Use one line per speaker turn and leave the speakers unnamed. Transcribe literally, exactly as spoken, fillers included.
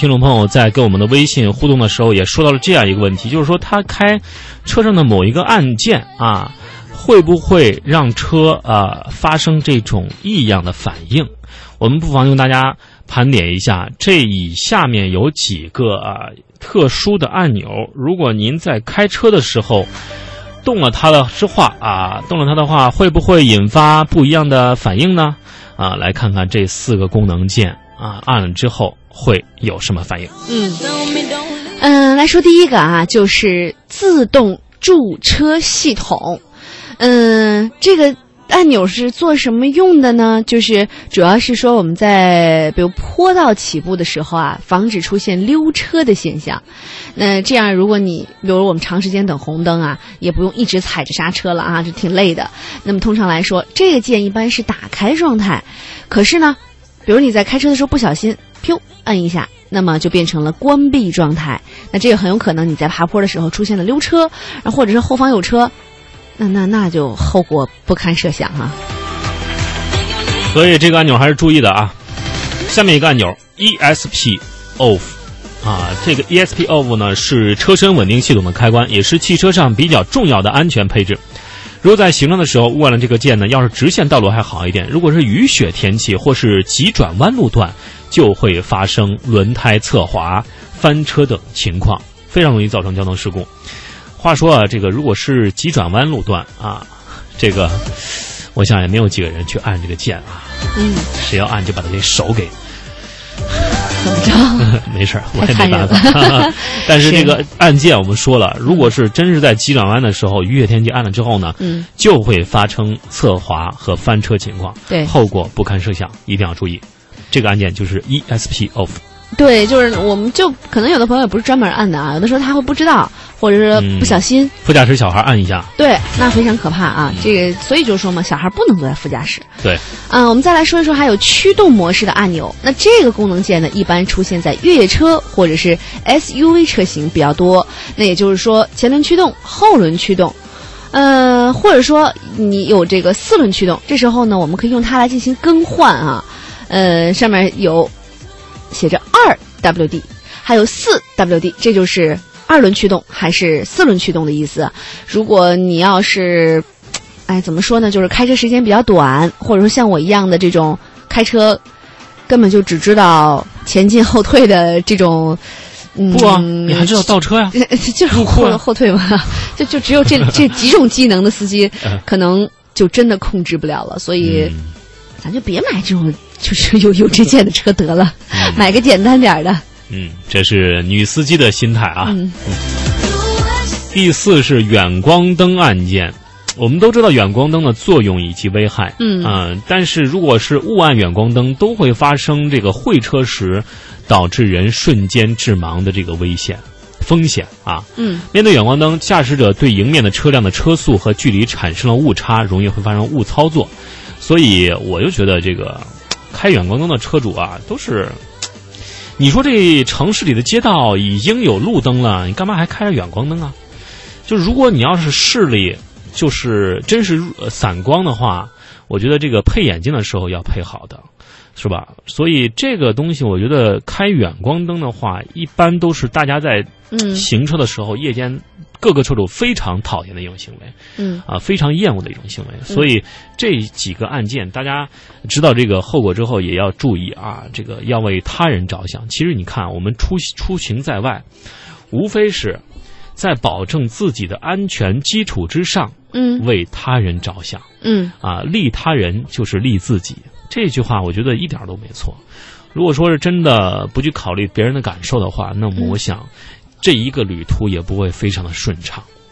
听众朋友在跟我们的微信互动的时候也说到了这样一个问题，就是说他开车上的某一个按键啊，会不会让车啊、呃、发生这种异样的反应？我们不妨用大家盘点一下，这以下面有几个啊特殊的按钮，如果您在开车的时候动了它的之话啊，动了它的话，会不会引发不一样的反应呢？啊，来看看这四个功能键啊，按了之后会有什么反应？
嗯嗯，来说第一个啊，就是自动驻车系统。嗯，这个按钮是做什么用的呢？就是主要是说我们在比如坡道起步的时候啊，防止出现溜车的现象。那这样，如果你比如我们长时间等红灯啊，也不用一直踩着刹车了啊，这挺累的。那么通常来说，这个键一般是打开状态。可是呢，比如你在开车的时候不小心，噗按一下，那么就变成了关闭状态。那这个很有可能你在爬坡的时候出现了溜车，或者是后方有车。那那那就后果不堪设想啊！
所以这个按钮还是注意的啊。下面一个按钮 E S P Off 啊，这个 E S P Off 呢是车身稳定系统的开关，也是汽车上比较重要的安全配置。如果在行车的时候误按了这个键呢，要是直线道路还好一点，如果是雨雪天气或是急转弯路段，就会发生轮胎侧滑、翻车等情况，非常容易造成交通事故。话说啊，这个如果是急转弯路段啊，这个我想也没有几个人去按这个键啊。
嗯，
谁要按就把他这手给
怎么着？
没事，我也没办法。但是这个按键我们说了，如果是真是在急转弯的时候，雨雪天气按了之后呢，嗯，就会发生侧滑和翻车情况，
对，后
果不堪设想，一定要注意。这个按键就是 E S P Off。
对，就是我们就可能有的朋友不是专门按的啊，有的时候他会不知道，或者是不小心。
嗯、副驾驶小孩按一下，
对，那非常可怕啊！这个所以就说嘛，小孩不能坐在副驾驶。
对，
嗯，我们再来说一说还有驱动模式的按钮。那这个功能键呢，一般出现在越野车或者是 S U V 车型比较多。那也就是说，前轮驱动、后轮驱动，呃，或者说你有这个四轮驱动，这时候呢，我们可以用它来进行更换啊。呃，上面有写着二 W D， 还有四 W D， 这就是二轮驱动还是四轮驱动的意思。如果你要是，哎，怎么说呢？就是开车时间比较短，或者说像我一样的这种开车根本就只知道前进后退的这种，嗯，
不啊，你还知道倒车呀、啊？
就是后后退嘛，就就只有这这几种技能的司机，可能就真的控制不了了。所以，嗯、咱就别买这种。就是有有这键的车得了，嗯、买个简单点的。
嗯，这是女司机的心态啊。
嗯
嗯、第四是远光灯按键，我们都知道远光灯的作用以及危害。
嗯
啊、呃，但是如果是误按远光灯，都会发生这个会车时导致人瞬间致盲的这个危险风险啊。
嗯，
面对远光灯，驾驶者对迎面的车辆的车速和距离产生了误差，容易会发生误操作。所以我就觉得这个。开远光灯的车主啊，都是，你说这城市里的街道已经有路灯了，你干嘛还开着远光灯啊？就如果你要是视力就是真是散光的话，我觉得这个配眼镜的时候要配好的，是吧？所以这个东西，我觉得开远光灯的话，一般都是大家在行车的时候，夜间各个车主非常讨厌的一种行为，
嗯
啊，非常厌恶的一种行为。所以这几个按键，大家知道这个后果之后，也要注意啊，这个要为他人着想。其实你看，我们出出行在外，无非是在保证自己的安全基础之上，
嗯，
为他人着想，
嗯
啊，利他人就是利自己。这句话我觉得一点都没错。如果说是真的不去考虑别人的感受的话，那么我想。这一个旅途也不会非常的顺畅。